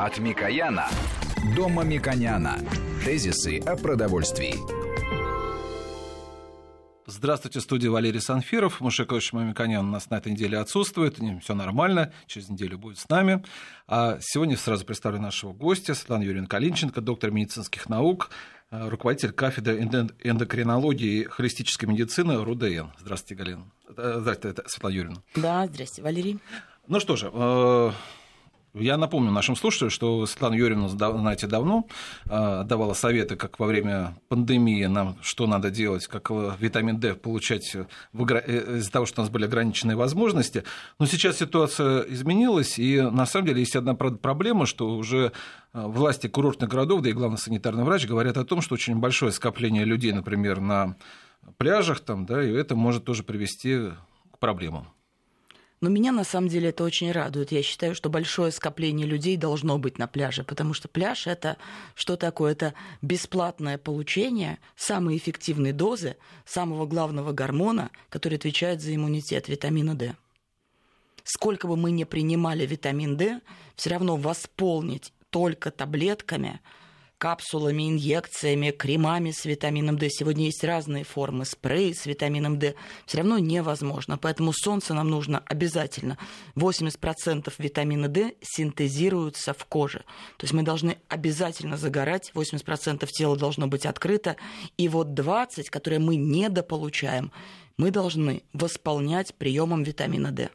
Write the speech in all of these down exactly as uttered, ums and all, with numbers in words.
От Микояна до Мамиконяна. Тезисы о продовольствии. Здравствуйте, в студии Валерий Санфиров. Мушекович Мамиконян у нас на этой неделе отсутствует. Все нормально, через неделю будет с нами. А сегодня сразу представлю нашего гостя, Светлана Юрьевна Калинченко, доктор медицинских наук, руководитель кафедры эндокринологии и холистической медицины РУДН. Здравствуйте, Галина. Здравствуйте, Светлана Юрьевна. Да, здрасте, Валерий. Ну что же, я напомню нашим слушателям, что Светлана Юрьевна, знаете, давно давала советы, как во время пандемии нам что надо делать, как витамин D получать из-за того, что у нас были ограниченные возможности. Но сейчас ситуация изменилась, и на самом деле есть одна проблема, что уже власти курортных городов, да и главный санитарный врач говорят о том, что очень большое скопление людей, например, на пляжах, там, да, и это может тоже привести к проблемам. Но меня, на самом деле, это очень радует. Я считаю, что большое скопление людей должно быть на пляже, потому что пляж – это что такое? Это бесплатное получение самой эффективной дозы самого главного гормона, который отвечает за иммунитет, витамина D. Сколько бы мы ни принимали витамин D, все равно восполнить только таблетками, капсулами, инъекциями, кремами с витамином D. Сегодня есть разные формы спреи с витамином D. Все равно невозможно. Поэтому солнце нам нужно обязательно. восемьдесят процентов витамина D синтезируются в коже. То есть мы должны обязательно загорать. восемьдесят процентов тела должно быть открыто. И вот двадцать процентов, которые мы недополучаем, мы должны восполнять приемом витамина D.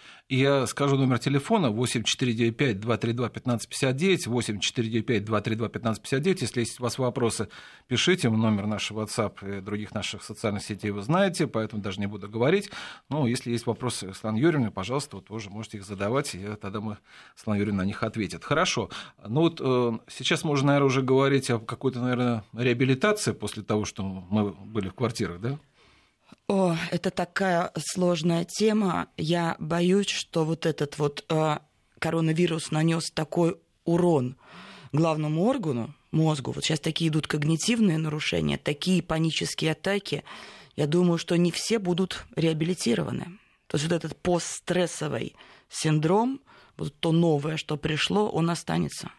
И я скажу номер телефона восемь четыре девять пять два три два пятнадцать пятьдесят девять, восемь четыре девять пять два три два пятнадцать пятьдесят девять. Если есть у вас вопросы, пишите. Номер нашего WhatsApp и других наших социальных сетей вы знаете, поэтому даже не буду говорить. Но если есть вопросы к Светлане Юрьевне, пожалуйста, вот тоже можете их задавать, и тогда мы, Светлана Юрьевна, на них ответит. Хорошо. Ну вот э, сейчас можно, наверное, уже говорить о какой-то, наверное, реабилитации после того, что мы были в квартирах, да? О, это такая сложная тема. Я боюсь, что вот этот вот э, коронавирус нанес такой урон главному органу, мозгу. Вот сейчас такие идут когнитивные нарушения, такие панические атаки. Я думаю, что не все будут реабилитированы. То есть вот этот постстрессовый синдром, вот то новое, что пришло, он останется.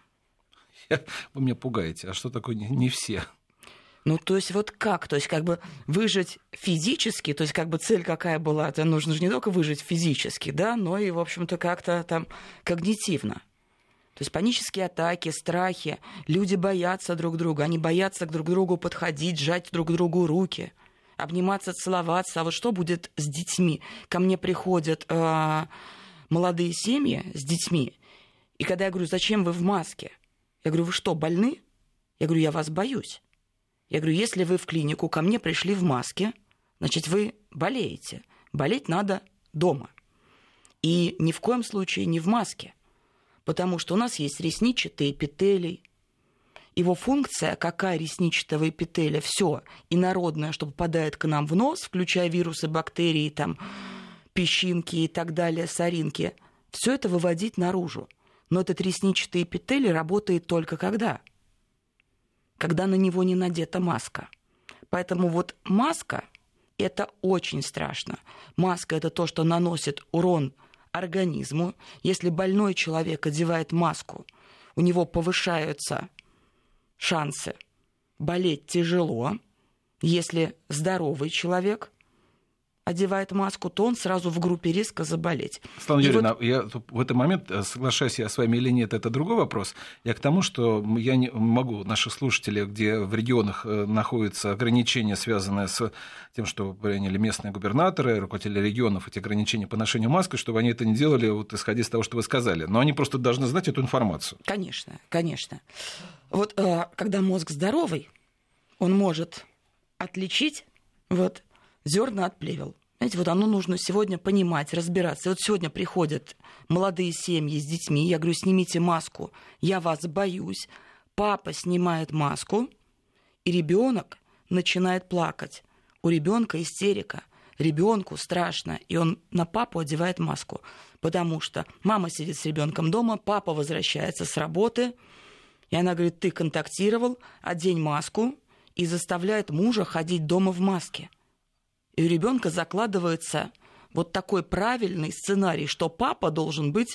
Вы меня пугаете. А что такое не, не все? Ну, то есть вот как? То есть как бы выжить физически, то есть как бы цель какая была? Это нужно же не только выжить физически, да, но и, в общем-то, как-то там когнитивно. То есть панические атаки, страхи, люди боятся друг друга, они боятся друг к другу подходить, сжать друг другу руки, обниматься, целоваться. А вот что будет с детьми? Ко мне приходят э, молодые семьи с детьми, и когда я говорю, зачем вы в маске? Я говорю, вы что, больны? Я говорю, я вас боюсь. Я говорю, если вы в клинику ко мне пришли в маске, значит, вы болеете. Болеть надо дома. И ни в коем случае не в маске. Потому что у нас есть ресничатый эпителий. Его функция, какая ресничатого эпителия, все инородное, что попадает к нам в нос, включая вирусы, бактерии, там, песчинки и так далее, соринки, все это выводить наружу. Но этот ресничатый эпителий работает только когда? когда на него не надета маска. Поэтому вот маска – это очень страшно. Маска – это то, что наносит урон организму. Если больной человек одевает маску, у него повышаются шансы болеть тяжело. Если здоровый человек одевает маску, то он сразу в группе риска заболеть. Светлана Юрьевна, вот... я в этот момент, соглашаюсь я с вами или нет, это другой вопрос. Я к тому, что я не могу наших слушателей, где в регионах находятся ограничения, связанные с тем, что приняли местные губернаторы, руководители регионов, эти ограничения по ношению маски, чтобы они это не делали, вот, исходя из того, что вы сказали. Но они просто должны знать эту информацию. Конечно, конечно. Вот когда мозг здоровый, он может отличить вот, зерна от плевел. Знаете, вот оно нужно сегодня понимать, разбираться. И вот сегодня приходят молодые семьи с детьми, я говорю, снимите маску, я вас боюсь. Папа снимает маску, и ребенок начинает плакать. У ребенка истерика, ребенку страшно, и он на папу одевает маску, потому что мама сидит с ребенком дома, папа возвращается с работы, и она говорит, ты контактировал, одень маску, и заставляет мужа ходить дома в маске. И у ребенка закладывается вот такой правильный сценарий, что папа должен быть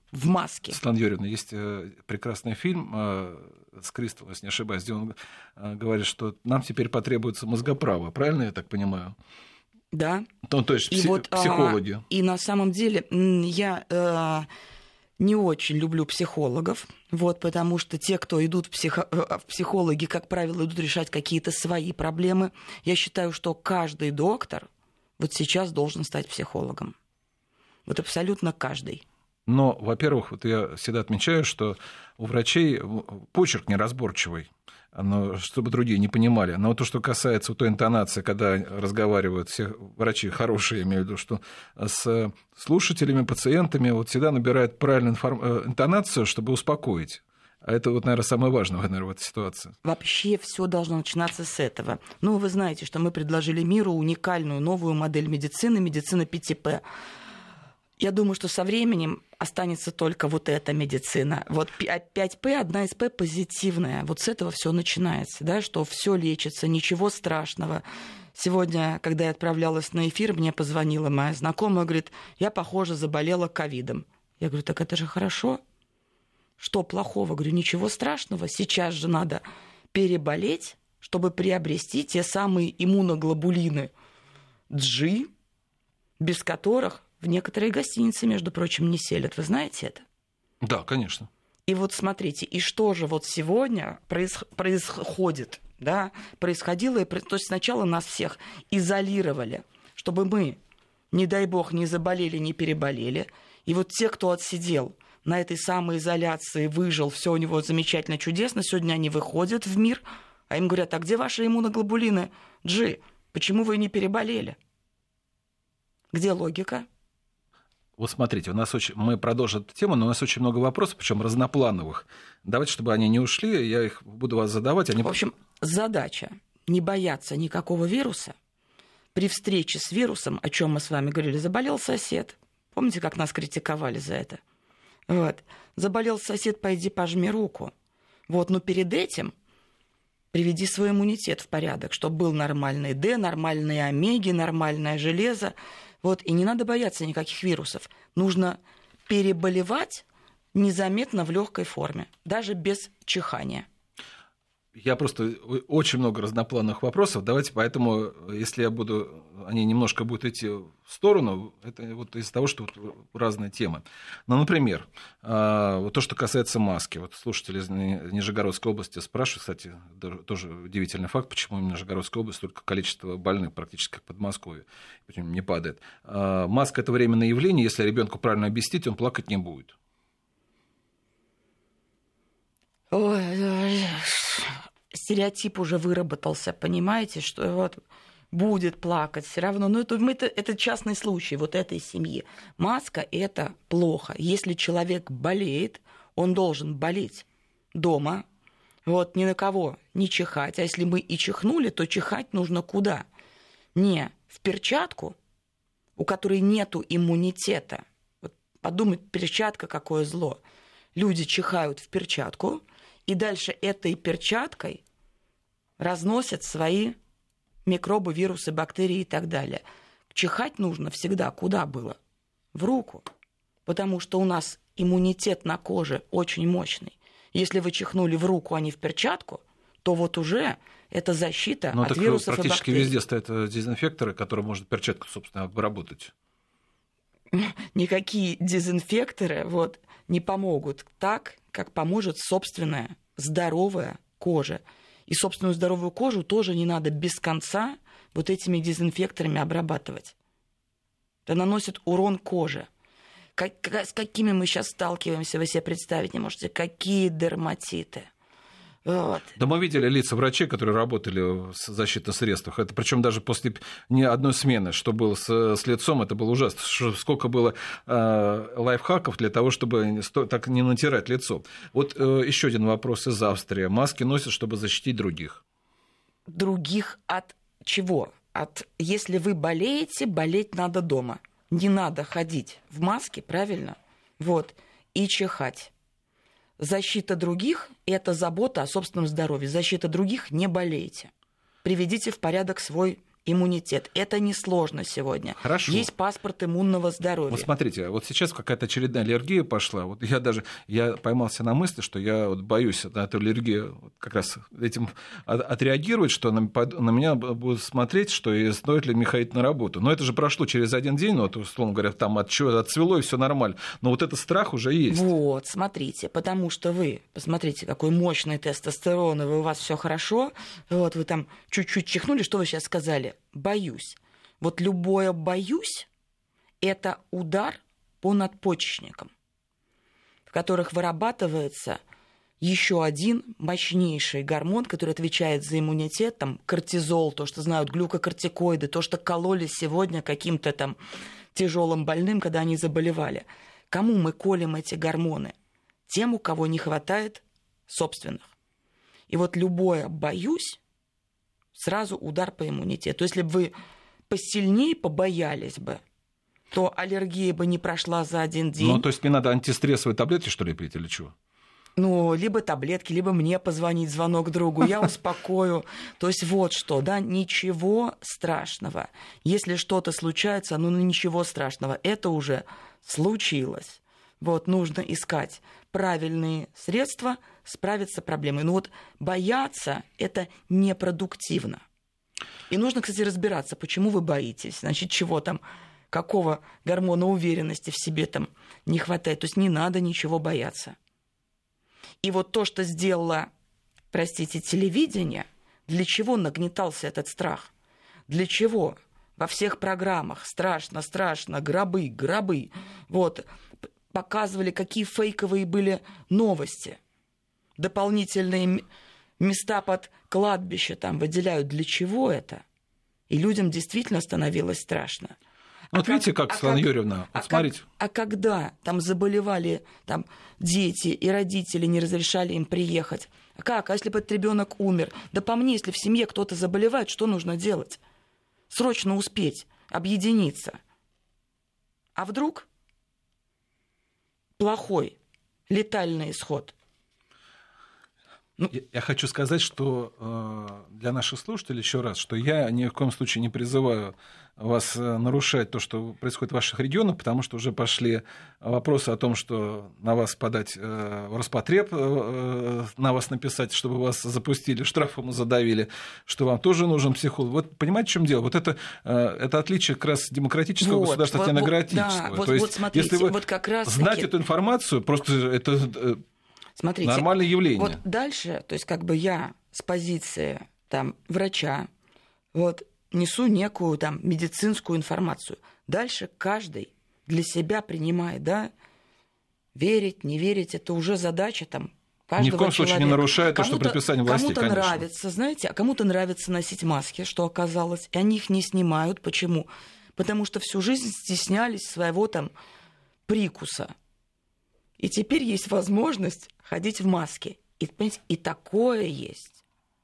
в маске. Светлана Юрьевна, есть прекрасный фильм с Кристалом, если не ошибаюсь, где он говорит, что нам теперь потребуется мозгоправо. Правильно я так понимаю? Да. Ну, то есть и пси- вот, психологи. А, и на самом деле я э, не очень люблю психологов, вот, потому что те, кто идут в, психо- в психологи, как правило, идут решать какие-то свои проблемы. Я считаю, что каждый доктор вот сейчас должен стать психологом. Вот абсолютно каждый. Но, во-первых, вот я всегда отмечаю, что у врачей почерк неразборчивый, но, чтобы другие не понимали. Но то, что касается той интонации, когда разговаривают все врачи хорошие, я имею в виду, что с слушателями, пациентами вот всегда набирают правильную информ... интонацию, чтобы успокоить. А это, вот, наверное, самое важное, наверное, в этой ситуации. Вообще все должно начинаться с этого. Ну, вы знаете, что мы предложили миру уникальную новую модель медицины, медицина пяти пэ. Я думаю, что со временем останется только вот эта медицина. Вот пять пэ, одна из П позитивная. Вот с этого все начинается, да, что все лечится, ничего страшного. Сегодня, когда я отправлялась на эфир, мне позвонила моя знакомая, говорит, я, похоже, заболела ковидом. Я говорю, так это же хорошо. Что плохого? Говорю, ничего страшного. Сейчас же надо переболеть, чтобы приобрести те самые иммуноглобулины G, без которых в некоторые гостиницы, между прочим, не селят. Вы знаете это? Да, конечно. И вот смотрите, и что же вот сегодня проис- происходит, да, происходило, то есть сначала нас всех изолировали, чтобы мы, не дай бог, не заболели, не переболели. И вот те, кто отсидел на этой самоизоляции, выжил, все у него замечательно, чудесно, сегодня они выходят в мир, а им говорят, а где ваши иммуноглобулины G? Почему вы не переболели? Где логика? Вот смотрите, у нас очень... мы продолжим эту тему, но у нас очень много вопросов, причем разноплановых. Давайте, чтобы они не ушли, я их буду вас задавать. Они... В общем, задача не бояться никакого вируса. При встрече с вирусом, о чем мы с вами говорили, заболел сосед. Помните, как нас критиковали за это? Вот. Заболел сосед, пойди пожми руку. Вот, но перед этим приведи свой иммунитет в порядок, чтобы был нормальный Д, нормальные омеги, нормальное железо. Вот, и не надо бояться никаких вирусов. Нужно переболевать незаметно в легкой форме, даже без чихания. Я просто... Очень много разноплановых вопросов. Давайте поэтому, если я буду... Они немножко будут идти в сторону, это вот из-за того, что вот разные темы. Ну, например, вот то, что касается маски. Вот слушатели из Нижегородской области спрашивают, кстати, тоже удивительный факт, почему именно Нижегородская область столько количество больных практически как в Подмосковье, почему не падает. Маска – это временное явление, если ребенку правильно объяснить, он плакать не будет. Ой, стереотип уже выработался, понимаете, что вот будет плакать все равно. Но это, это, это частный случай вот этой семьи. Маска – это плохо. Если человек болеет, он должен болеть дома, вот, ни на кого не чихать. А если мы и чихнули, то чихать нужно куда? Не в перчатку, у которой нету иммунитета. Вот подумать, перчатка – какое зло. Люди чихают в перчатку, и дальше этой перчаткой разносят свои микробы, вирусы, бактерии и так далее. Чихать нужно всегда куда было? В руку. Потому что у нас иммунитет на коже очень мощный. Если вы чихнули в руку, а не в перчатку, то вот уже это защита Но от вирусов и бактерий. Практически везде стоят дезинфекторы, которые можно перчатку, собственно, обработать. Никакие дезинфекторы вот, не помогут так, как поможет собственная здоровая кожа. И собственную здоровую кожу тоже не надо без конца вот этими дезинфекторами обрабатывать. Это наносит урон коже. Как, с какими мы сейчас сталкиваемся, вы себе представить не можете. Какие дерматиты. Вот. Да мы видели лица врачей, которые работали в защитных средствах. Это причем даже после не одной смены, что было с, с лицом, это было ужасно. Сколько было э, лайфхаков для того, чтобы так не натирать лицо. Вот э, еще один вопрос из Австрии. Маски носят, чтобы защитить других. Других от чего? От, если вы болеете, болеть надо дома. Не надо ходить в маске, правильно? Вот. И чихать. Защита других – это забота о собственном здоровье. Защита других – не болейте. Приведите в порядок свой иммунитет. Это несложно сегодня. Хорошо. Есть паспорт иммунного здоровья. Вот смотрите, вот сейчас какая-то очередная аллергия пошла. Вот я даже я поймался на мысли, что я вот боюсь на эту аллергию как раз этим отреагировать, что на, на меня будут смотреть, что и стоит ли мне ходить на работу. Но это же прошло через один день, ну, вот, условно говоря, там от чего отцвело, и все нормально. Но вот этот страх уже есть. Вот, смотрите, потому что вы, посмотрите, какой мощный тестостерон, и у вас все хорошо, вот вы там чуть-чуть чихнули, что вы сейчас сказали? Боюсь. Вот любое «боюсь» — это удар по надпочечникам, в которых вырабатывается еще один мощнейший гормон, который отвечает за иммунитет, там, кортизол, то, что знают глюкокортикоиды, то, что кололи сегодня каким-то там тяжелым больным, когда они заболевали. Кому мы колем эти гормоны? Тем, у кого не хватает собственных. И вот любое «боюсь» сразу удар по иммунитету. Если бы вы посильнее побоялись бы, то аллергия бы не прошла за один день. Ну, то есть мне надо антистрессовые таблетки, что ли, пить или чего? Ну, либо таблетки, либо мне позвонить, звонок другу, я успокою. То есть вот что, да, ничего страшного. Если что-то случается, ну, ничего страшного, это уже случилось. Вот, нужно искать правильные средства справиться с проблемой. Ну вот бояться – это непродуктивно. И нужно, кстати, разбираться, почему вы боитесь, значит, чего там, какого гормона уверенности в себе там не хватает. То есть не надо ничего бояться. И вот то, что сделало, простите, телевидение, для чего нагнетался этот страх? Для чего? Во всех программах страшно, страшно, гробы, гробы. Вот. Показывали, какие фейковые были новости. Дополнительные места под кладбище там выделяют. Для чего это? И людям действительно становилось страшно. Вот а видите, как, как Светлана а Юрьевна, вот а смотрите. Как, а когда там заболевали там, дети, и родители не разрешали им приехать? А как? А если бы этот ребенок умер? Да по мне, если в семье кто-то заболевает, что нужно делать? Срочно успеть объединиться. А вдруг плохой, летальный исход? Ну, я, я хочу сказать, что э, для наших слушателей еще раз, что я ни в коем случае не призываю вас нарушать то, что происходит в ваших регионах, потому что уже пошли вопросы о том, что на вас подать э, Роспотреб, э, на вас написать, чтобы вас запустили, штрафом задавили, что вам тоже нужен психолог. Вот понимаете, в чем дело? Вот это, э, это отличие как раз демократического вот, государства от вот, технократического. Да, вот, то есть, вот смотрите, если вы вот как раз знать таки... эту информацию, просто это... Смотрите, нормальное явление. Вот дальше, то есть как бы я с позиции там, врача вот, несу некую там, медицинскую информацию. Дальше каждый для себя принимает, да, верить, не верить, это уже задача там, каждого Ни в коем человека. случае не нарушает то, что предписание властей, кому-то конечно. нравится, знаете, а кому-то нравится носить маски, что оказалось, и они их не снимают. Почему? Потому что всю жизнь стеснялись своего там прикуса. И теперь есть возможность ходить в маске. И, понимаете, и такое есть.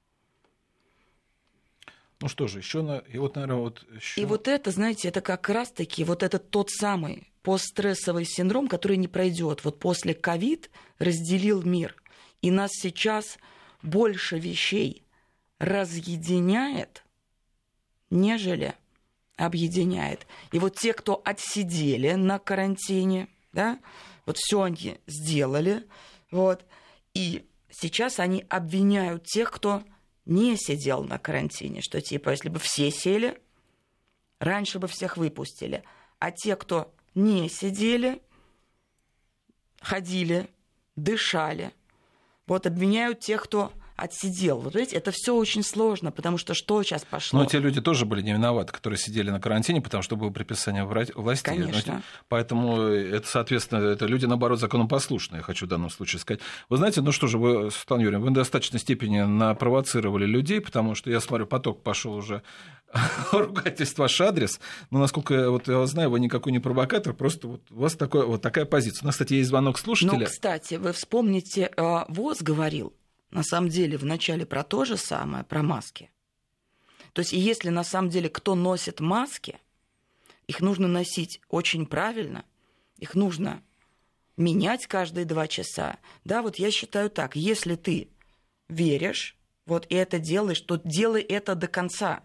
Ну что же, еще на... и вот, наверное, вот еще... И вот это, знаете, это как раз-таки вот этот тот самый постстрессовый синдром, который не пройдет. Вот после ковид разделил мир. И нас сейчас больше вещей разъединяет, нежели объединяет. И вот те, кто отсидели на карантине, да, вот все они сделали, вот, и сейчас они обвиняют тех, кто не сидел на карантине, что типа, если бы все сели, раньше бы всех выпустили, а те, кто не сидели, ходили, дышали, вот обвиняют тех, кто отсидел. Вот видите, это все очень сложно, потому что что сейчас пошло? Но те люди тоже были не виноваты, которые сидели на карантине, потому что было предписание властей. Конечно. Поэтому это, соответственно, это люди, наоборот, законопослушные, я хочу в данном случае сказать. Вы знаете, ну что же, вы, Светлана Юрьевна, вы в достаточной степени напровоцировали людей, потому что, я смотрю, поток пошел уже ругательств ваш адрес, но, насколько вот я знаю, вы никакой не провокатор, просто вот у вас такой, вот такая позиция. У нас, кстати, есть звонок слушателя. Ну, кстати, вы вспомните, ВОЗ говорил, на самом деле, вначале про то же самое, про маски. То есть, если на самом деле кто носит маски, их нужно носить очень правильно, их нужно менять каждые два часа. Да, вот я считаю так, если ты веришь, вот и это делаешь, то делай это до конца.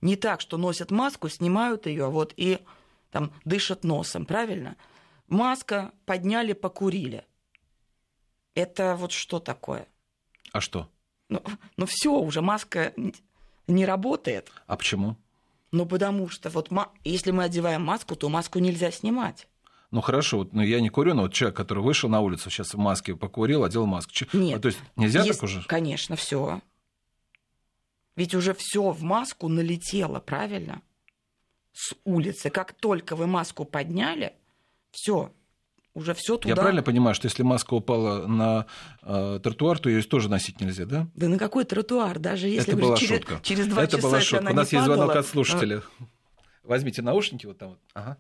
Не так, что носят маску, снимают ее, вот, и там дышат носом, правильно? Маска, подняли, покурили. Это вот что такое? А что? Ну, ну все, уже маска не работает. А почему? Ну, потому что вот если мы одеваем маску, то маску нельзя снимать. Ну, хорошо, вот, ну, я не курю, но вот человек, который вышел на улицу, сейчас в маске покурил, одел маску. Нет. А, то есть нельзя есть, так уже? Конечно, все. Ведь уже все в маску налетело, правильно? С улицы. Как только вы маску подняли, все. Уже все туда. Я правильно понимаю, что если маска упала на э, тротуар, то ее тоже носить нельзя, да? Да на какой тротуар? Даже если Это была через, шутка. через два Это часа, была если шутка. она У нас не есть падала... звонок от слушателя. Возьмите наушники вот там вот. Ага.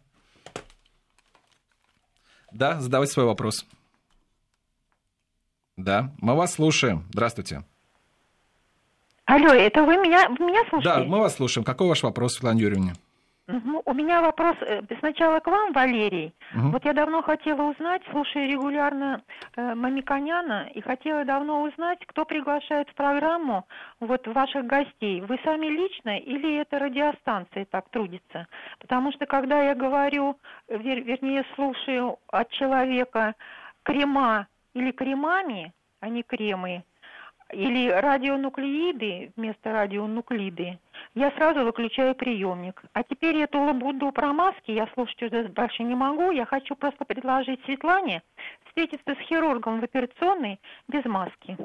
Да, задавайте свой вопрос. Да, мы вас слушаем. Здравствуйте. Алло, это вы меня, вы меня слушаете? Да, мы вас слушаем. Какой ваш вопрос, Светлана Юрьевна? Угу. У меня вопрос сначала к вам, Валерий. Угу. Вот я давно хотела узнать, слушаю регулярно э, Мамиконяна, и хотела давно узнать, кто приглашает в программу вот ваших гостей. Вы сами лично или это радиостанция так трудится? Потому что когда я говорю, вер, вернее слушаю от человека крема или кремами, а не кремы, или радионуклеиды вместо радионуклиды, я сразу выключаю приемник. А теперь эту лабуду про маски я слушать уже дальше не могу. Я хочу просто предложить Светлане встретиться с хирургом в операционной без маски.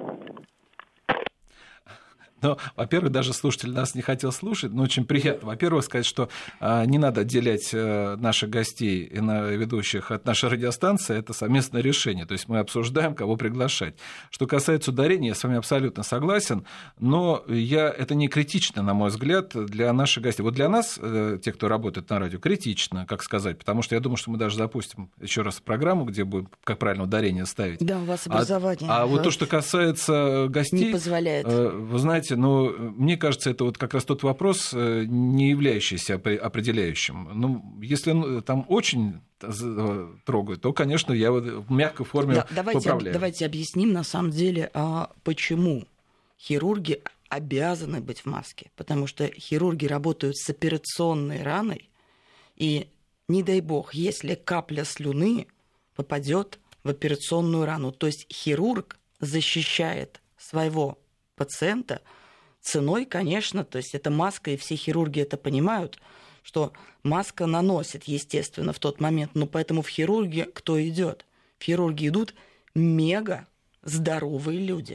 Ну, во-первых, даже слушатель нас не хотел слушать, но очень приятно. Во-первых, сказать, что а, не надо отделять а, наших гостей и на ведущих от нашей радиостанции, это совместное решение. То есть мы обсуждаем, кого приглашать. Что касается ударения, я с вами абсолютно согласен, но я, это не критично, на мой взгляд, для наших гостей. Вот для нас, тех, кто работает на радио, критично, как сказать, потому что я думаю, что мы даже запустим еще раз программу, где будем, как правильно, ударение ставить. Да, у вас образование. А, а вот то, что касается гостей... Не позволяет. Вы знаете, но мне кажется, это вот как раз тот вопрос, не являющийся определяющим. Ну, если там очень трогают, то, конечно, я в мягкой форме да, давайте, поправляю. Давайте объясним, на самом деле, почему хирурги обязаны быть в маске. Потому что хирурги работают с операционной раной, и, не дай бог, если капля слюны попадет в операционную рану, то есть хирург защищает своего пациента ценой, конечно, то есть это маска, и все хирурги это понимают, что маска наносит, естественно, в тот момент, но поэтому в хирурги кто идет? В хирурги идут мега здоровые люди.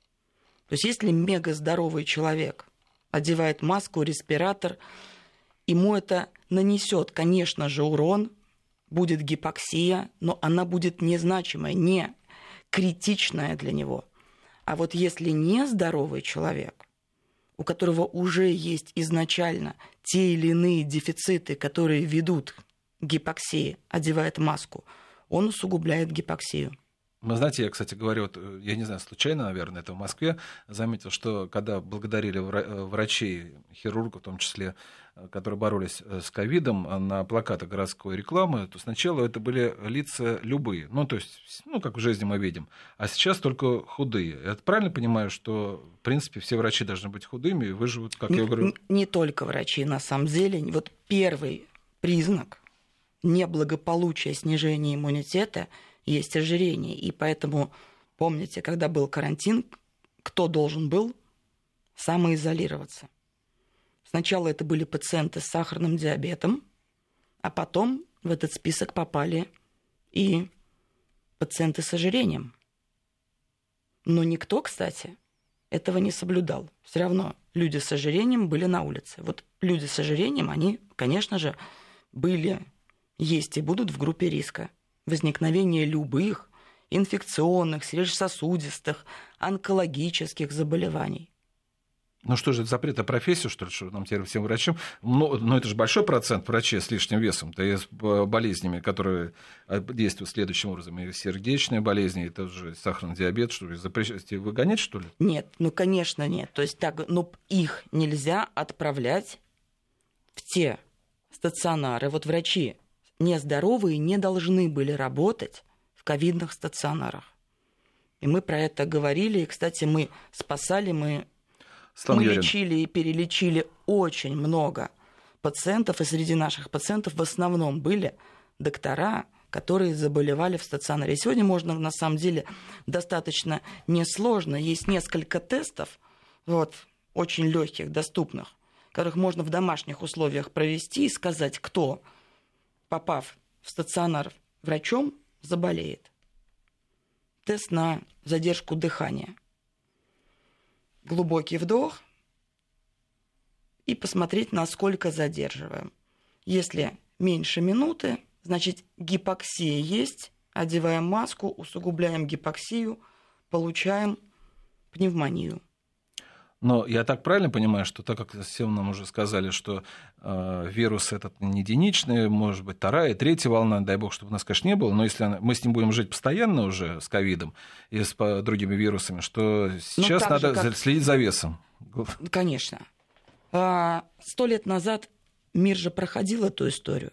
То есть если мега здоровый человек одевает маску, респиратор, ему это нанесет, конечно же, урон, будет гипоксия, но она будет незначимая, не критичная для него. А вот если нездоровый человек, у которого уже есть изначально те или иные дефициты, которые ведут к гипоксии, одевает маску, он усугубляет гипоксию. Вы знаете, я, кстати говоря, вот, я не знаю, случайно, наверное, это в Москве, заметил, что когда благодарили врачей, хирургов в том числе, которые боролись с ковидом, на плакатах городской рекламы, то сначала это были лица любые, ну, то есть, ну, как в жизни мы видим, а сейчас только худые. Я правильно понимаю, что, в принципе, все врачи должны быть худыми и выживут, как не, я говорю? Не только врачи, на самом деле. Вот первый признак неблагополучия, снижения иммунитета есть ожирение. И поэтому, помните, когда был карантин, кто должен был самоизолироваться? Сначала это были пациенты с сахарным диабетом, а потом в этот список попали и пациенты с ожирением. Но никто, кстати, этого не соблюдал. Все равно люди с ожирением были на улице. Вот люди с ожирением, они, конечно же, были, есть и будут в группе риска возникновения любых инфекционных, сердечно-сосудистых, онкологических заболеваний. Ну что же, это запрет на профессию, что ли, что нам теперь всем врачам? Но, но это же большой процент врачей с лишним весом, то есть с болезнями, которые действуют следующим образом. И сердечные болезни, и тоже сахарный диабет, что ли, запрещаете выгонять, что ли? Нет, ну, конечно, нет. То есть так, ну, их нельзя отправлять в те стационары. Вот врачи нездоровые не должны были работать в ковидных стационарах. И мы про это говорили. И, кстати, мы спасали, мы... Мы лечили и перелечили очень много пациентов, и среди наших пациентов в основном были доктора, которые заболевали в стационаре. И сегодня можно, на самом деле, достаточно несложно. Есть несколько тестов, вот, очень легких, доступных, которых можно в домашних условиях провести и сказать, кто, попав в стационар врачом, заболеет. Тест на задержку дыхания. Глубокий вдох и посмотреть, насколько задерживаем. Если меньше минуты, значит, гипоксия есть, одеваем маску, усугубляем гипоксию, получаем пневмонию. Но я так правильно понимаю, что так как всем нам уже сказали, что э, вирус этот не единичный, может быть, вторая, третья волна, дай бог, чтобы у нас, конечно, не было, но если она, мы с ним будем жить постоянно уже, с ковидом и с по, другими вирусами, что сейчас ну, надо как... следить за весом. Конечно. Сто лет назад мир же проходил эту историю.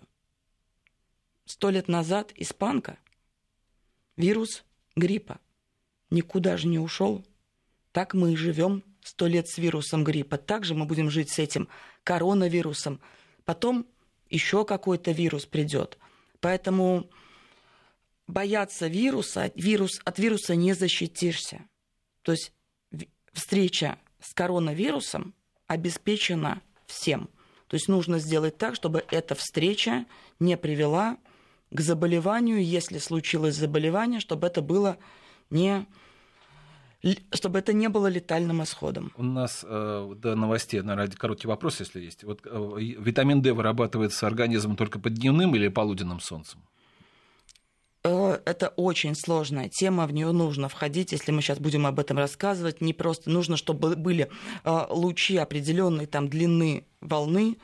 Сто лет назад испанка, вирус гриппа, никуда же не ушел. Так мы и живем. Сто лет с вирусом гриппа. Также мы будем жить с этим коронавирусом. Потом еще какой-то вирус придет. Поэтому бояться вируса, вирус, от вируса не защитишься. То есть встреча с коронавирусом обеспечена всем. То есть нужно сделать так, чтобы эта встреча не привела к заболеванию, если случилось заболевание, чтобы это было не... чтобы это не было летальным исходом. У нас э, до новостей, наверное, короткий вопрос, если есть. Вот, э, витамин D вырабатывается организмом только под дневным или полуденным солнцем? Э, это очень сложная тема, в нее нужно входить, если мы сейчас будем об этом рассказывать. Не просто нужно, чтобы были э, лучи определенной там, длины волны,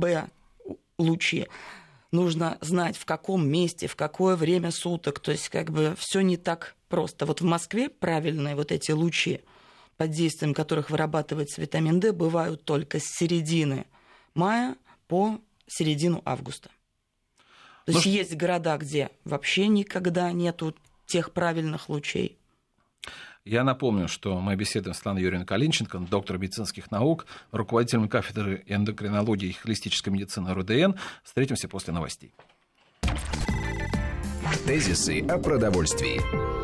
Б-лучи. Нужно знать, в каком месте, в какое время суток. То есть как бы все не так просто. Вот в Москве правильные вот эти лучи, под действием которых вырабатывается витамин D, бывают только с середины мая по середину августа. То есть Но... есть города, где вообще никогда нету тех правильных лучей. Я напомню, что мы беседуем с Светланой Юрьевной Калинченко, доктором медицинских наук, руководителем кафедры эндокринологии и холистической медицины РУДН. Встретимся после новостей. Тезисы о продовольствии.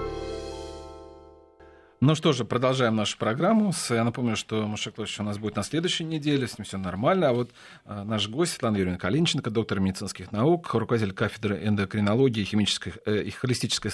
Ну что же, продолжаем нашу программу. Я напомню, что Мушек Лович у нас будет на следующей неделе, с ним все нормально. А вот наш гость Светлана Юрьевна Калинченко, доктор медицинских наук, руководитель кафедры эндокринологии химической, и холистической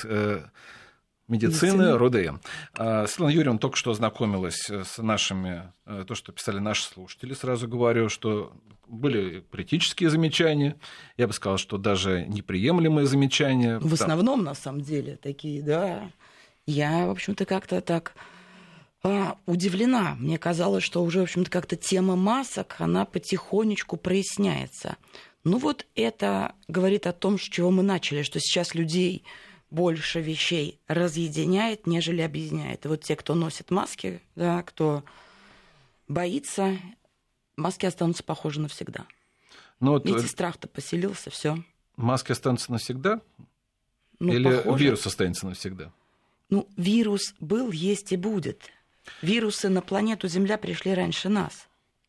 медицины РУДН. Светлана Юрьевна только что ознакомилась с нашими, то, что писали наши слушатели. Сразу говорю, что были критические замечания, я бы сказал, что даже неприемлемые замечания. В основном, на самом деле, такие, да. Я, в общем-то, как-то так а, удивлена. Мне казалось, что уже, в общем-то, как-то тема масок, она потихонечку проясняется. Ну вот это говорит о том, с чего мы начали, что сейчас людей больше вещей разъединяет, нежели объединяет. И вот те, кто носит маски, да, кто боится, маски останутся похожи навсегда. Ну, вот видите, страх-то поселился, все. Маски останутся навсегда? Ну, или похоже. Вирус останется навсегда? Ну, вирус был, есть и будет. Вирусы на планету Земля пришли раньше нас.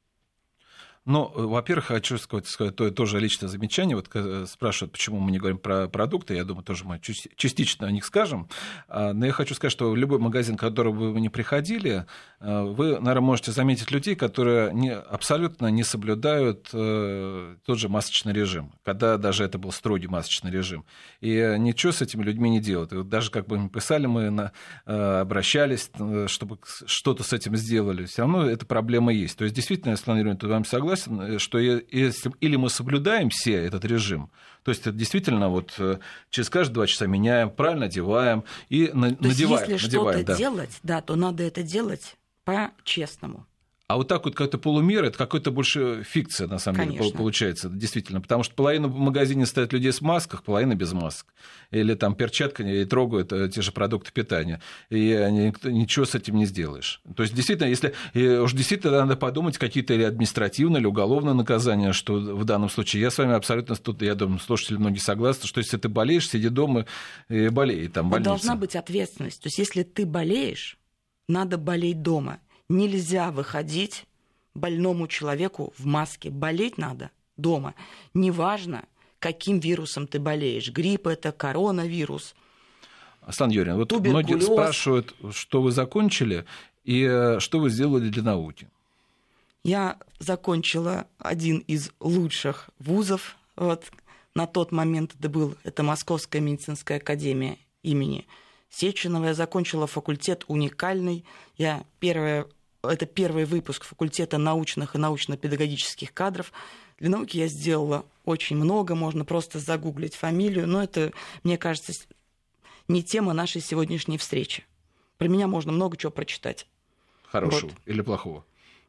Ну, во-первых, хочу сказать, сказать то, тоже личное замечание. Вот спрашивают, почему мы не говорим про продукты. Я думаю, тоже мы частично о них скажем. Но я хочу сказать, что в любой магазин, в который бы вы ни приходили, вы, наверное, можете заметить людей, которые не, абсолютно не соблюдают тот же масочный режим, когда даже это был строгий масочный режим. И ничего с этими людьми не делают. И вот даже как бы мы писали, мы на, обращались, чтобы что-то с этим сделали, все равно эта проблема есть. То есть, действительно, я с Светланой Юрьевной вам согласен, что если, или мы соблюдаем все этот режим, то есть это действительно вот через каждые два часа меняем, правильно одеваем и то надеваем. Если надеваем, что-то да. делать, да, то надо это делать по-честному. А вот так вот как-то полумера, это какая-то больше фикция, на самом Конечно. деле, получается, действительно. Потому что половина в магазине стоят людей с масках, половина без масок. Или там перчатками и трогают те же продукты питания. И ничего с этим не сделаешь. То есть, действительно, если уж действительно надо подумать, какие-то или административные, или уголовные наказания, что в данном случае. Я с вами абсолютно, тут, я думаю, слушатели многие согласны, что если ты болеешь, сиди дома и болей. Там, должна быть ответственность. То есть, если ты болеешь, надо болеть дома. Нельзя выходить больному человеку в маске. Болеть надо дома. Неважно, каким вирусом ты болеешь. Грипп это, коронавирус. Светлана Юрьевна, вот многие спрашивают, что вы закончили и что вы сделали для науки. Я закончила один из лучших вузов. Вот, на тот момент это был, это Московская медицинская академия имени Сеченова. Я закончила факультет уникальный. Я первая, это первый выпуск факультета научных и научно-педагогических кадров. Для науки я сделала очень много, можно просто загуглить фамилию, но это, мне кажется, не тема нашей сегодняшней встречи. Про меня можно много чего прочитать. Хорошего вот. Или плохого?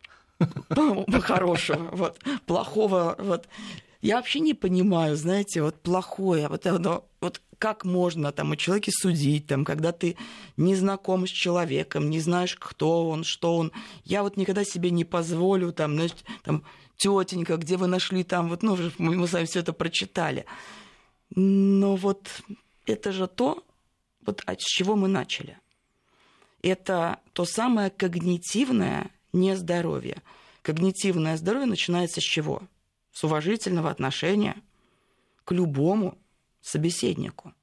Хорошего, вот. Плохого, вот. Я вообще не понимаю, знаете, вот плохое, вот, оно, вот как можно там о человеке судить, там, когда ты не знаком с человеком, не знаешь, кто он, что он. Я вот никогда себе не позволю, там, значит, там, тетенька, где вы нашли там, вот, ну, мы с вами все это прочитали. Но вот это же то, вот с чего мы начали. Это то самое когнитивное нездоровье. Когнитивное здоровье начинается с чего? С уважительного отношения к любому собеседнику.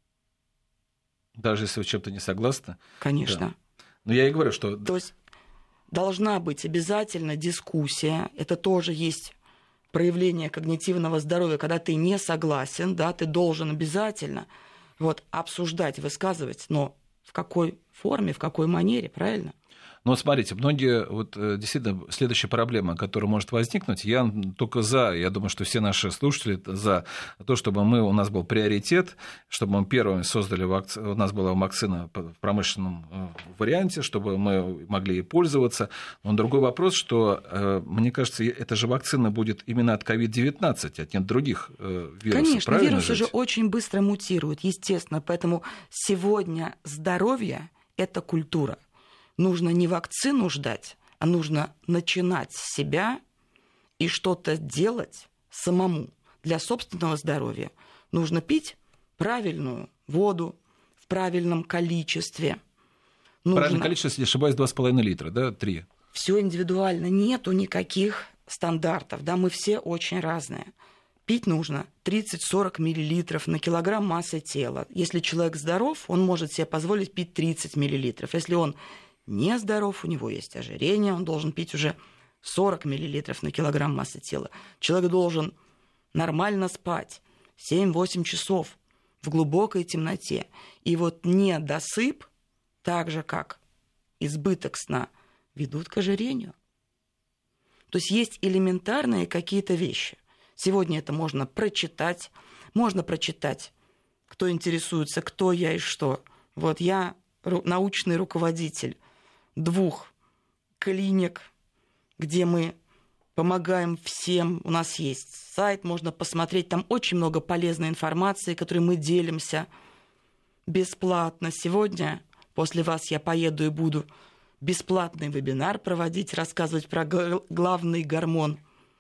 Даже если вы чем-то не согласны? Конечно. Да. Но я и говорю, что... То есть должна быть обязательно дискуссия. Это тоже есть проявление когнитивного здоровья, когда ты не согласен, да, ты должен обязательно вот, обсуждать, высказывать, но в какой форме, в какой манере, правильно? Но смотрите, многие, вот действительно, следующая проблема, которая может возникнуть, я только за, я думаю, что все наши слушатели за то, чтобы мы, у нас был приоритет, чтобы мы первыми создали, вакци... у нас была вакцина в промышленном варианте, чтобы мы могли ей пользоваться. Но другой вопрос, что, мне кажется, эта же вакцина будет именно от ковид девятнадцать, от нет других вирусов. Конечно, вирусы же очень быстро мутируют, естественно, поэтому сегодня здоровье – это культура. Нужно не вакцину ждать, а нужно начинать с себя и что-то делать самому для собственного здоровья. Нужно пить правильную воду в правильном количестве. Нужно... Правильное количество, если не ошибаюсь, два с половиной литра, да, три. Все индивидуально, нету никаких стандартов, да, мы все очень разные. Пить нужно тридцать-сорок миллилитров на килограмм массы тела. Если человек здоров, он может себе позволить пить тридцать миллилитров. Если он нездоров, у него есть ожирение, он должен пить уже сорок миллилитров на килограмм массы тела. Человек должен нормально спать семь-восемь часов в глубокой темноте. И вот недосып, так же как избыток сна, ведут к ожирению. То есть есть элементарные какие-то вещи. Сегодня это можно прочитать. Можно прочитать, кто интересуется, кто я и что. Вот я научный руководитель двух клиник, где мы помогаем всем. У нас есть сайт, можно посмотреть. Там очень много полезной информации, которой мы делимся бесплатно. Сегодня после вас я поеду и буду бесплатный вебинар проводить, рассказывать про главный гормон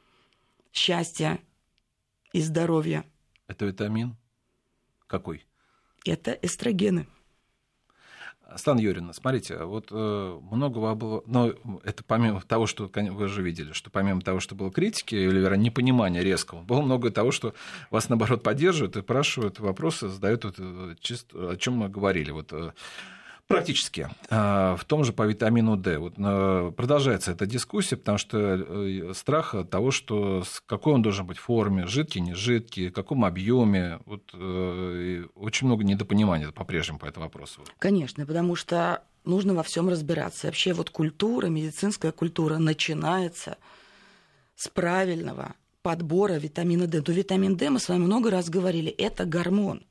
счастья и здоровья. Это витамин какой? Это эстрогены. Светлана Юрьевна, смотрите, вот э, много было, но это помимо того, что вы же видели, что помимо того, что было критики или, вероятно, непонимания резкого, было много того, что вас, наоборот, поддерживают и спрашивают вопросы, задают, вот, чисто, о чем мы говорили. Вот, э, практически. Э, в том же по витамину D. Вот, э, продолжается эта дискуссия, потому что э, страх от того, что с какой он должен быть форме, жидкий, не жидкий, в каком объеме. Вот, э, очень много недопонимания по-прежнему по этому вопросу. Конечно, потому что нужно во всем разбираться. Вообще вот культура, медицинская культура начинается с правильного подбора витамина D. То витамин D, мы с вами много раз говорили, это гормон.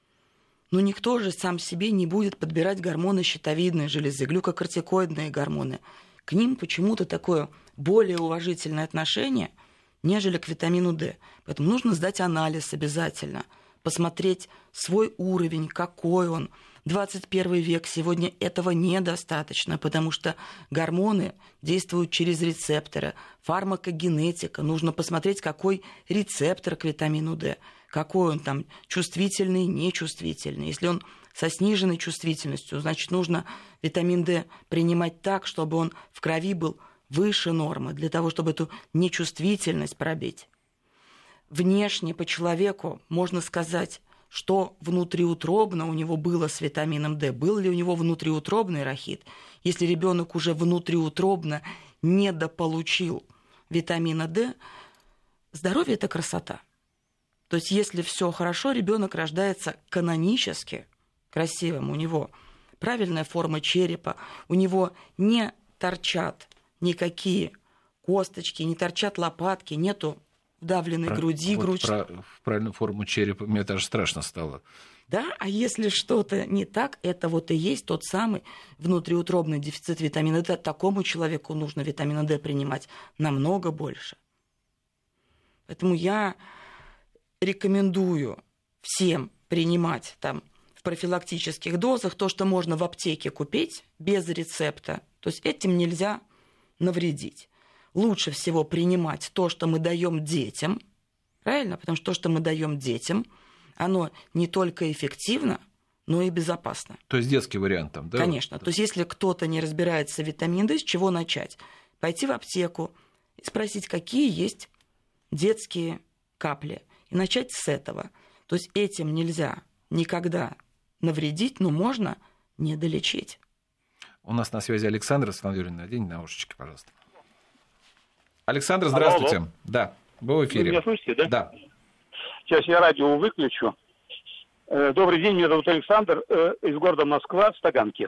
Но никто же сам себе не будет подбирать гормоны щитовидной железы, глюкокортикоидные гормоны. К ним почему-то такое более уважительное отношение, нежели к витамину D. Поэтому нужно сдать анализ обязательно, посмотреть свой уровень, какой он. двадцать первый век, сегодня этого недостаточно, потому что гормоны действуют через рецепторы, фармакогенетика. Нужно посмотреть, какой рецептор к витамину D, какой он там чувствительный, нечувствительный. Если он со сниженной чувствительностью, значит, нужно витамин D принимать так, чтобы он в крови был выше нормы, для того, чтобы эту нечувствительность пробить. Внешне по человеку можно сказать, что внутриутробно у него было с витамином D. Был ли у него внутриутробный рахит? Если ребенок уже внутриутробно недополучил витамина D, здоровье – это красота. То есть если все хорошо, ребенок рождается канонически красивым, у него правильная форма черепа, у него не торчат никакие косточки, не торчат лопатки, нету вдавленной про, груди. Вот грудь. про, в правильную форму черепа мне даже страшно стало. Да, а если что-то не так, это вот и есть тот самый внутриутробный дефицит витамина D. Такому человеку нужно витамина D принимать намного больше. Поэтому я рекомендую всем принимать там в профилактических дозах то, что можно в аптеке купить без рецепта. То есть этим нельзя навредить. Лучше всего принимать то, что мы даем детям, правильно? Потому что то, что мы даем детям, оно не только эффективно, но и безопасно. То есть детский вариант там, да? Конечно. То есть если кто-то не разбирается в витамине D, с чего начать? Пойти в аптеку и спросить, какие есть детские капли. И начать с этого. То есть этим нельзя никогда навредить, но можно недолечить. У нас на связи Александр. Светлана Юрьевна, надень наушнички, пожалуйста. Александр, здравствуйте. Алло, алло. Да, вы в эфире. Вы меня слышите, да? Да. Сейчас я радио выключу. Добрый день, меня зовут Александр, из города Москва, с Таганки.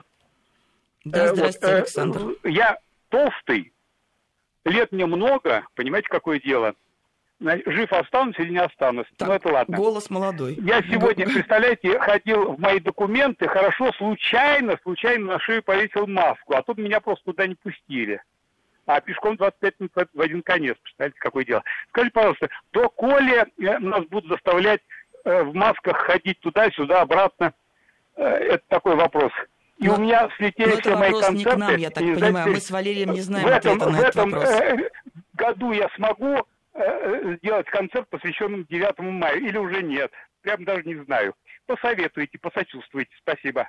Да, здравствуйте, вот, Александр. Я толстый, лет мне много, понимаете, какое дело? Жив останусь или не останусь? Так, ну, это ладно. Голос молодой. Я сегодня, представляете, ходил в мои документы, хорошо, случайно, случайно на шею повесил маску, а тут меня просто туда не пустили. А пешком двадцать пять минут в один конец. Представляете, какое дело. Скажите, пожалуйста, то коли нас будут заставлять э, в масках ходить туда-сюда, обратно, э, это такой вопрос. И но, у меня слетели все мои концерты. Не к нам, я так и, понимаю. знаете, Мы с Валерием не знаем в этом, ответа на в этот этом, вопрос. Э, году я смогу э, сделать концерт, посвященный девятому мая, или уже нет. Прям даже не знаю. Посоветуйте, посочувствуйте. Спасибо.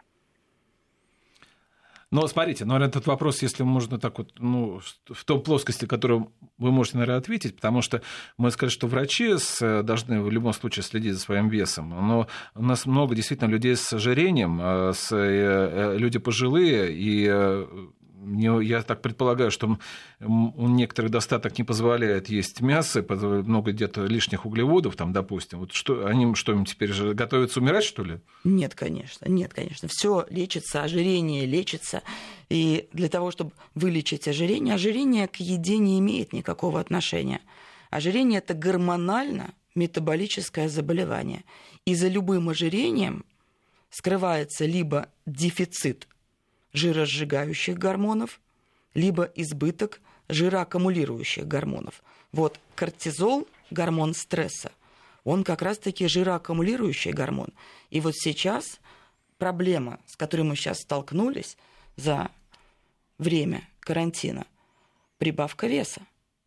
Но смотрите, наверное, этот вопрос, если можно так вот, ну, в той плоскости, которую вы можете, наверное, ответить, потому что мы сказали, что врачи должны в любом случае следить за своим весом, но у нас много действительно людей с ожирением, с, люди пожилые, и я так предполагаю, что у некоторых достаток не позволяет есть мясо, много где-то лишних углеводов, там, допустим. Вот что, они что, им теперь же готовятся умирать, что ли? Нет, конечно, нет, конечно. Все лечится, ожирение лечится. И для того, чтобы вылечить ожирение, ожирение к еде не имеет никакого отношения. Ожирение – это гормонально-метаболическое заболевание. И за любым ожирением скрывается либо дефицит жиросжигающих гормонов, либо избыток жироаккумулирующих гормонов. Вот кортизол, гормон стресса, он как раз-таки жироаккумулирующий гормон. И вот сейчас проблема, с которой мы сейчас столкнулись за время карантина, прибавка веса.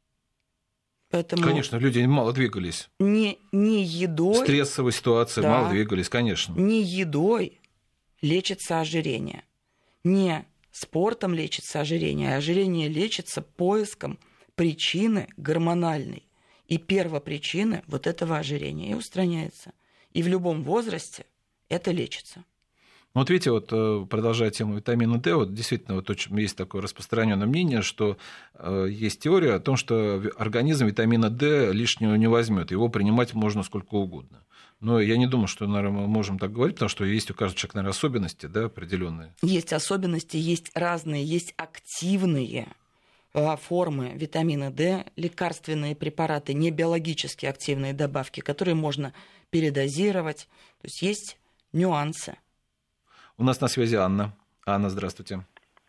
Поэтому конечно, люди мало двигались. Не, не едой... Стрессовая ситуация, да, мало двигались, конечно. Не едой лечится ожирение. Не спортом лечится ожирение, а ожирение лечится поиском причины гормональной. И первопричины вот этого ожирения и устраняется. И в любом возрасте это лечится. Вот видите, вот продолжая тему витамина D, вот действительно вот очень, есть такое распространенное мнение, что э, есть теория о том, что организм витамина D лишнего не возьмет, его принимать можно сколько угодно. Но я не думаю, что, наверное, мы можем так говорить, потому что есть у каждого человека, наверное, особенности, да, определенные. Есть особенности, есть разные, есть активные формы витамина D, лекарственные препараты, не биологически активные добавки, которые можно передозировать. То есть есть нюансы. У нас на связи Анна. Анна, здравствуйте.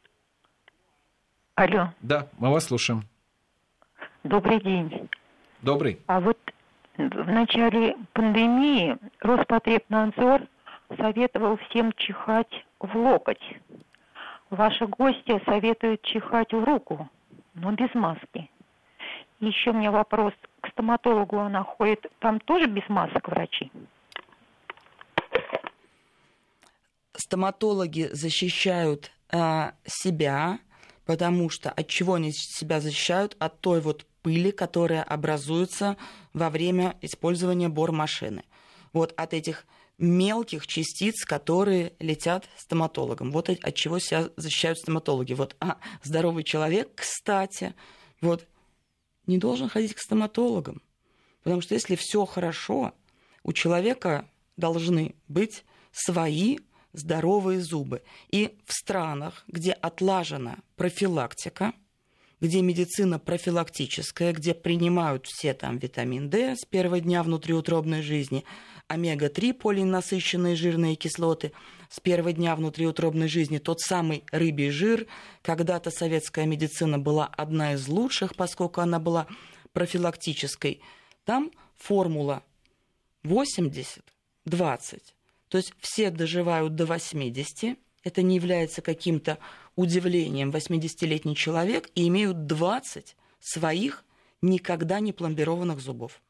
Алло. Да, мы вас слушаем. Добрый день. Добрый. А вот в начале пандемии Роспотребнадзор советовал всем чихать в локоть. Ваши гости советуют чихать в руку, но без маски. Еще у меня вопрос. К стоматологу она ходит, там тоже без масок врачи? стоматологи защищают а, себя, потому что от чего они себя защищают? От той вот пыли, которая образуется во время использования бормашины. Вот от этих мелких частиц, которые летят стоматологам. Вот от чего себя защищают стоматологи. Вот, а здоровый человек, кстати, вот, не должен ходить к стоматологам. Потому что если все хорошо, у человека должны быть свои здоровые зубы. И в странах, где отлажена профилактика, где медицина профилактическая, где принимают все там витамин D с первого дня внутриутробной жизни, омега три полиненасыщенные жирные кислоты с первого дня внутриутробной жизни, тот самый рыбий жир. Когда-то советская медицина была одна из лучших, поскольку она была профилактической. Там формула восемьдесят двадцать. То есть все доживают до восьмидесяти. Это не является каким-то удивлением. восьмидесятилетний человек и имеют двадцать своих никогда не пломбированных зубов.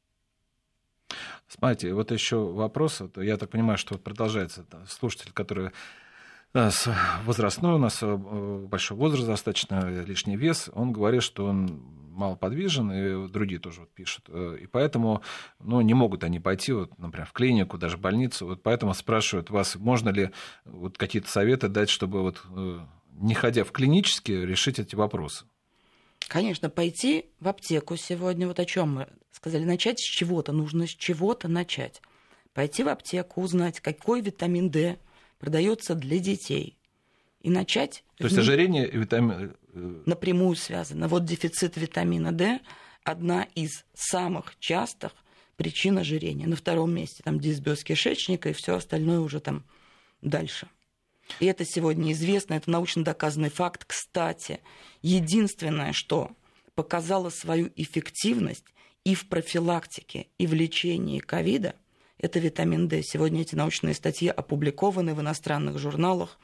Смотрите, вот еще вопрос. Я так понимаю, что продолжается слушатель, который возрастной, у нас большой возраст достаточно, лишний вес. Он говорит, что он малоподвижен, и другие тоже вот пишут. И поэтому ну, не могут они пойти, вот, например, в клинику, даже в больницу. Вот поэтому спрашивают вас, можно ли вот какие-то советы дать, чтобы, вот, не ходя в клинические, решить эти вопросы. Конечно, пойти в аптеку сегодня, вот о чем мы сказали, начать с чего-то, нужно с чего-то начать. Пойти в аптеку, узнать, какой витамин D продается для детей. И начать... То есть ожирение и витамин... Напрямую связано. Вот дефицит витамина D – одна из самых частых причин ожирения. На втором месте там дисбиоз кишечника и все остальное уже там дальше. И это сегодня известно, это научно доказанный факт. Кстати, единственное, что показало свою эффективность и в профилактике, и в лечении ковида, это витамин D. Сегодня эти научные статьи опубликованы в иностранных журналах.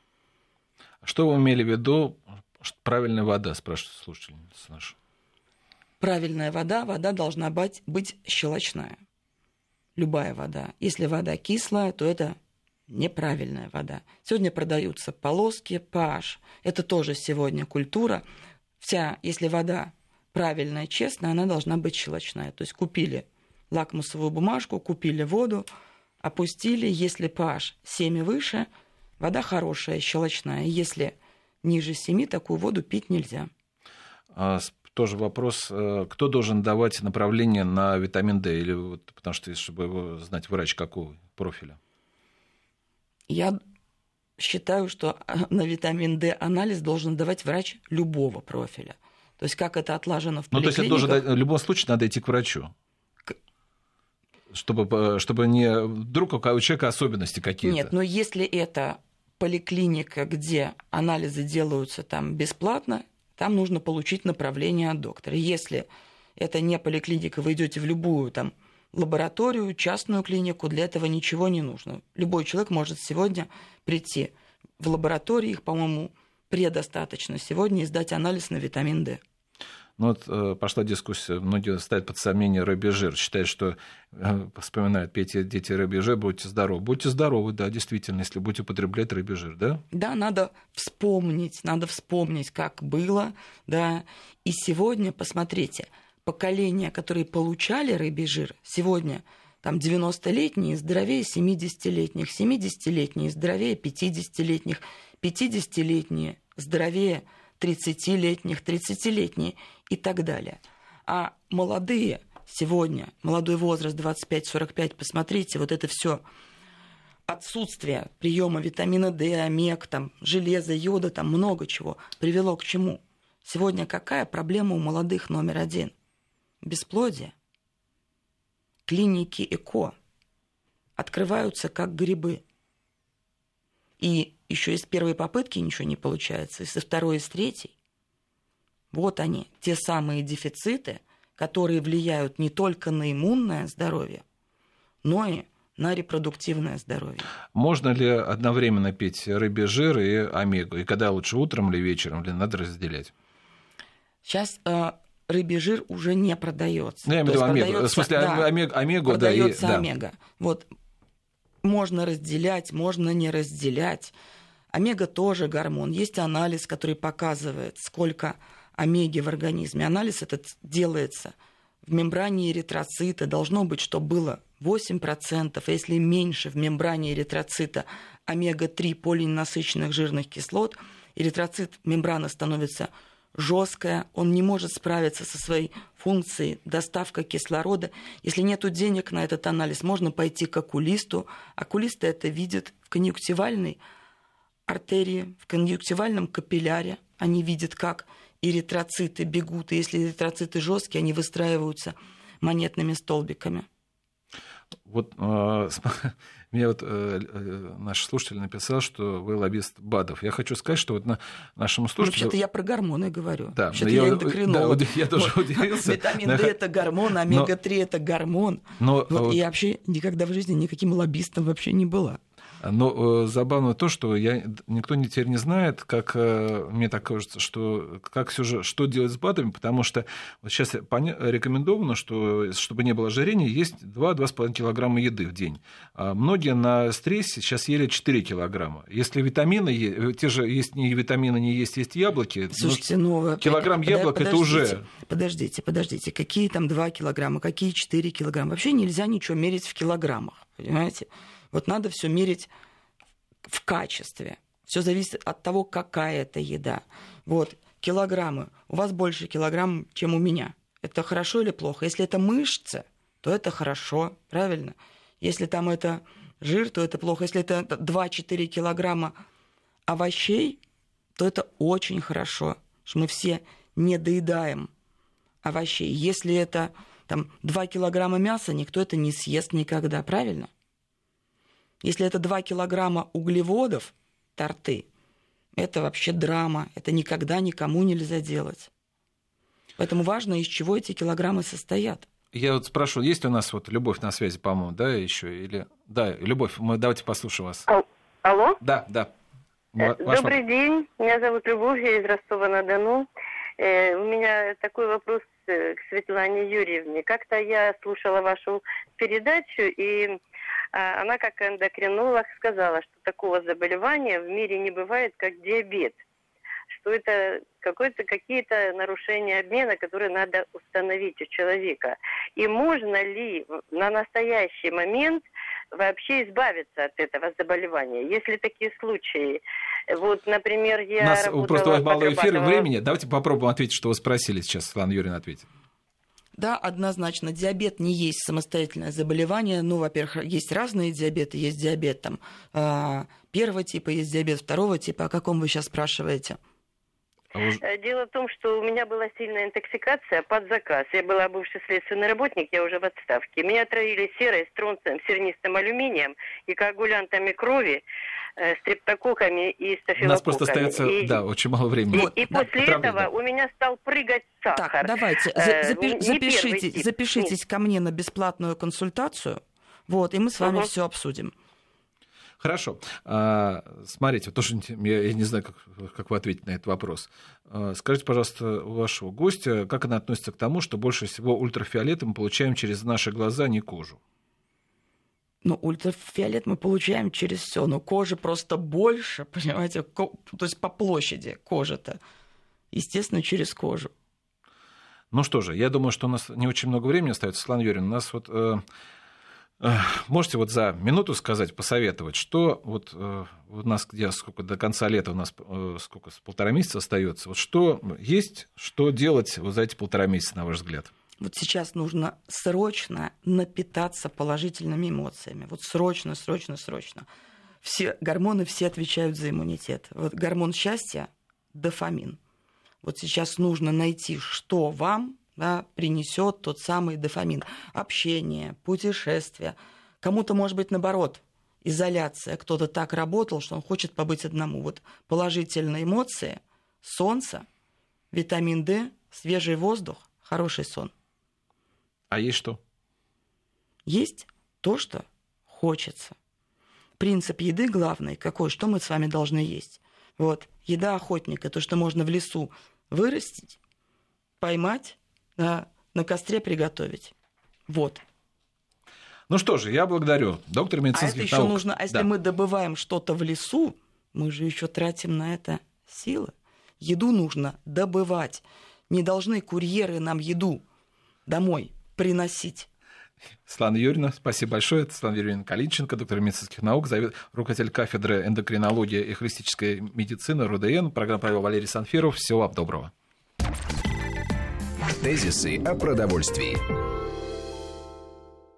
Что вы имели в виду? Правильная вода, спрашивает слушательница наша. Правильная вода, вода должна быть, быть щелочная. Любая вода. Если вода кислая, то это неправильная вода. Сегодня продаются полоски, pH. Это тоже сегодня культура. Вся, если вода правильная, честная, она должна быть щелочная. То есть купили лакмусовую бумажку, купили воду, опустили. Если pH семь и выше, вода хорошая, щелочная. Если ниже семи, такую воду пить нельзя. А, тоже вопрос, кто должен давать направление на витамин D? Или вот, потому что, чтобы его знать, врач какого профиля? Я считаю, что на витамин D анализ должен давать врач любого профиля. То есть как это отлажено в поликлиниках. Ну, то есть это должен, в любом случае надо идти к врачу. Чтобы, чтобы не вдруг у человека особенности какие-то. Нет, но если это поликлиника, где анализы делаются там бесплатно, там нужно получить направление от доктора. Если это не поликлиника, вы идете в любую там лабораторию, частную клинику, для этого ничего не нужно. Любой человек может сегодня прийти в лабораторию, их, по-моему, предостаточно сегодня, и сдать анализ на витамин D. Ну вот э, пошла дискуссия, многие ставят под сомнение рыбий жир, считают, что, э, вспоминают, пейте, дети, рыбий жир, будьте здоровы. Будьте здоровы, да, действительно, если будете употреблять рыбий жир, да? Да, надо вспомнить, надо вспомнить, как было, да, и сегодня, посмотрите, поколения, которые получали рыбий жир, сегодня там девяностолетние здоровее семидесятилетних, семидесятилетние здоровее пятидесятилетних, пятидесятилетние здоровее тридцатилетних, тридцатилетние и так далее. А молодые сегодня, молодой возраст двадцать пять сорок пять, посмотрите, вот это все отсутствие приема витамина D, омег, там, железа, йода, там много чего привело к чему? Сегодня какая проблема у молодых номер один? Бесплодие. Клиники ЭКО открываются как грибы. И еще из первой попытки ничего не получается, и со второй, и с третьей. Вот они, те самые дефициты, которые влияют не только на иммунное здоровье, но и на репродуктивное здоровье. Можно ли одновременно пить рыбий жир и омегу? И когда лучше, утром или вечером, или надо разделять? Сейчас э, рыбий жир уже не продается. Ну, я имею в виду омегу. В смысле, да, омег, омегу, продается да, и, омега. Вот. можно разделять, можно не разделять. Омега тоже гормон. Есть анализ, который показывает, сколько омеги в организме. Анализ этот делается в мембране эритроцита. Должно быть, что было восемь процентов, а если меньше в мембране эритроцита омега три полиненасыщенных жирных кислот, эритроцит, мембрана становится жесткая, он не может справиться со своей функцией доставка кислорода. Если нет денег на этот анализ, можно пойти к окулисту. Окулисты это видят в конъюнктивальной артерии, в конъюнктивальном капилляре. Они видят, как эритроциты бегут, и если эритроциты жесткие, они выстраиваются монетными столбиками. Вот э, мне вот э, э, наш слушатель написал, что вы лоббист БАДов. Я хочу сказать, что вот на нашему слушателю... Вообще-то я про гормоны говорю. Да, Вообще-то я, я эндокринолог. Да, я тоже вот, удивился. Витамин D это гормон, омега три это гормон. Но, вот, вот... И вообще никогда в жизни никаким лоббистом вообще не была. Но э, забавно то, что я, никто теперь не знает, как э, мне так кажется, что как все же, что делать с БАДами, потому что вот сейчас поня- рекомендовано, что чтобы не было ожирения, есть два-два с половиной килограмма еды в день. А многие на стрессе сейчас ели четыре килограмма. Если витамины, те же есть не витамины, не есть, есть яблоки. Слушайте, ну, килограмм под... яблок это уже... Подождите, подождите, какие там два килограмма, какие четыре килограмма? Вообще нельзя ничего мерить в килограммах, понимаете? Вот надо все мерить в качестве. Все зависит от того, какая это еда. Вот, килограммы. У вас больше килограмм, чем у меня. Это хорошо или плохо? Если это мышцы, то это хорошо, правильно? Если там это жир, то это плохо. Если это два-четыре килограмма овощей, то это очень хорошо, что мы все не доедаем овощей. Если это там, два килограмма мяса, никто это не съест никогда, правильно? Если это два килограмма углеводов, торты, это вообще драма. Это никогда никому нельзя делать. Поэтому важно, из чего эти килограммы состоят. Я вот спрашиваю, есть ли у нас вот Любовь на связи, по-моему, да, еще? Или... Да, Любовь, мы давайте послушаем вас. Алло? Да, да. Ваш Добрый вопрос. День, меня зовут Любовь, я из Ростова-на-Дону. Э, у меня такой вопрос к Светлане Юрьевне. Как-то я слушала вашу передачу, и она, как эндокринолог, сказала, что такого заболевания в мире не бывает, как диабет. Что это какое-то, какие-то нарушения обмена, которые надо установить у человека. И можно ли на настоящий момент вообще избавиться от этого заболевания? Если такие случаи, вот, например, я У нас работала... просто мало эфира времени. Давайте попробуем ответить, что вы спросили сейчас. Светлана Юрьевна ответит. Да, однозначно, диабет не есть самостоятельное заболевание. Ну, во-первых, есть разные диабеты. Есть диабет там, первого типа, есть диабет второго типа. О каком вы сейчас спрашиваете? Дело в том, что у меня была сильная интоксикация под заказ. Я была бывший следственный работник, я уже в отставке. Меня травили серой, стронцием, сернистым алюминием и коагулянтами крови, э, стрептококками и стафилококками. У нас просто остается, и, да, очень мало времени. И, и да, после правда, этого да. у меня стал прыгать сахар. Так, давайте, э, запи- запишите, запишитесь ко мне на бесплатную консультацию, вот, и мы с вами угу. все обсудим. Хорошо. А, смотрите, тоже я, я не знаю, как, как вы ответите на этот вопрос. А, скажите, пожалуйста, у вашего гостя, как она относится к тому, что больше всего ультрафиолета мы получаем через наши глаза, а не кожу? Ну, ультрафиолет мы получаем через все, но кожи просто больше, понимаете, ко- то есть по площади кожи-то, естественно, через кожу. Ну что же, я думаю, что у нас не очень много времени остается. Светлана Юрьевна, у нас вот... Э, Можете вот за минуту сказать, посоветовать, что вот э, у нас где сколько до конца лета у нас э, сколько полтора месяца остается, вот что есть, что делать вот за эти полтора месяца, на ваш взгляд? Вот сейчас нужно срочно напитаться положительными эмоциями. Вот срочно, срочно, срочно. Все гормоны все отвечают за иммунитет. Вот гормон счастья – дофамин. Вот сейчас нужно найти, что вам да, принесет тот самый дофамин. Общение, путешествие. Кому-то, может быть, наоборот, изоляция. Кто-то так работал, что он хочет побыть одному. Вот положительные эмоции, солнце, витамин D, свежий воздух, хороший сон. А есть что? Есть то, что хочется. Принцип еды главный какой? Что мы с вами должны есть? Вот, еда охотника, то, что можно в лесу вырастить, поймать, На, на костре приготовить. Вот. Ну что же, я благодарю доктора медицинских а это наук. Еще нужно, а если да. мы добываем что-то в лесу, мы же еще тратим на это силы. Еду нужно добывать. Не должны курьеры нам еду домой приносить. Светлана Юрьевна, спасибо большое. Это Светлана Юрьевна Калинченко, доктор медицинских наук, руководитель кафедры эндокринологии и холистической медицины РУДН. Программу провел Валерий Санфиров. Всего вам доброго. Тезисы о продовольствии.